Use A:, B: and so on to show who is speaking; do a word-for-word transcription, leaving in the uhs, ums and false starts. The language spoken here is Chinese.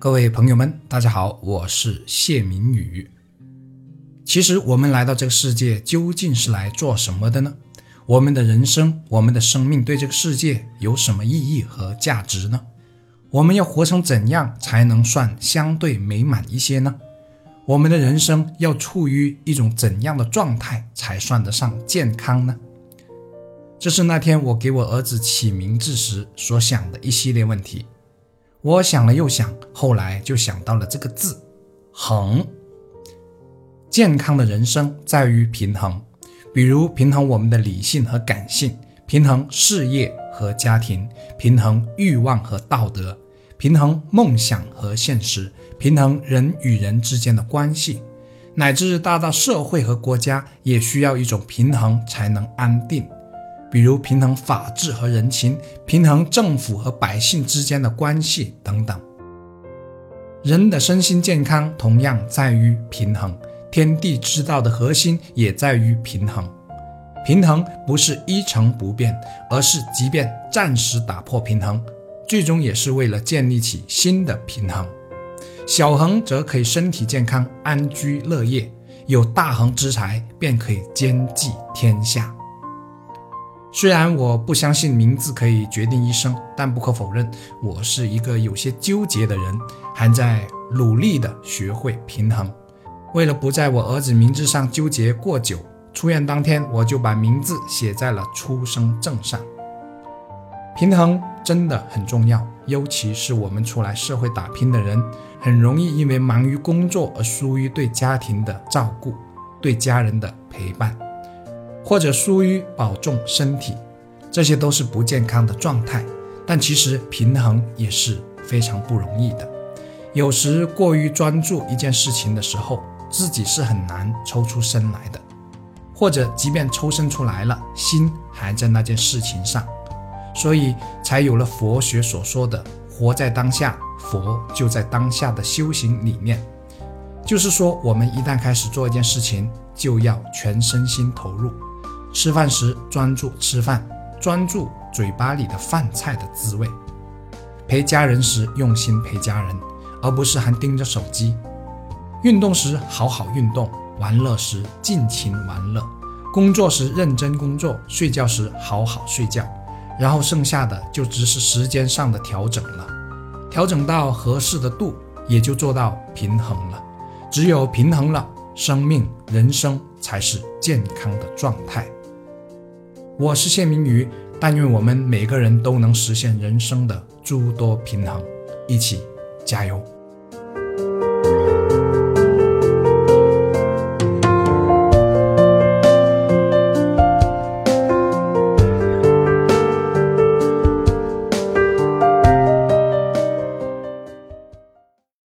A: 各位朋友们，大家好，我是谢明宇。其实我们来到这个世界究竟是来做什么的呢？我们的人生，我们的生命对这个世界有什么意义和价值呢？我们要活成怎样才能算相对美满一些呢？我们的人生要处于一种怎样的状态才算得上健康呢？这是那天我给我儿子起名字时所想的一系列问题。我想了又想，后来就想到了这个字，衡。健康的人生在于平衡，比如平衡我们的理性和感性，平衡事业和家庭，平衡欲望和道德，平衡梦想和现实，平衡人与人之间的关系，乃至大到社会和国家也需要一种平衡才能安定。比如平衡法治和人情，平衡政府和百姓之间的关系等等。人的身心健康同样在于平衡，天地之道的核心也在于平衡。平衡不是一成不变，而是即便暂时打破平衡，最终也是为了建立起新的平衡。小衡则可以身体健康，安居乐业，有大衡之才便可以兼济天下。虽然我不相信名字可以决定一生，但不可否认，我是一个有些纠结的人，还在努力地学会平衡。为了不在我儿子名字上纠结过久，出院当天我就把名字写在了出生证上。平衡真的很重要，尤其是我们出来社会打拼的人，很容易因为忙于工作而疏于对家庭的照顾，对家人的陪伴，或者疏于保重身体，这些都是不健康的状态。但其实平衡也是非常不容易的，有时过于专注一件事情的时候，自己是很难抽出身来的，或者即便抽身出来了，心还在那件事情上，所以才有了佛学所说的活在当下，佛就在当下的修行理念。就是说，我们一旦开始做一件事情，就要全身心投入。吃饭时专注吃饭，专注嘴巴里的饭菜的滋味；陪家人时用心陪家人，而不是还盯着手机；运动时好好运动，玩乐时尽情玩乐；工作时认真工作，睡觉时好好睡觉。然后剩下的就只是时间上的调整了，调整到合适的度，也就做到平衡了。只有平衡了，生命人生才是健康的状态。我是谢明宇，但愿我们每个人都能实现人生的诸多平衡，一起加油。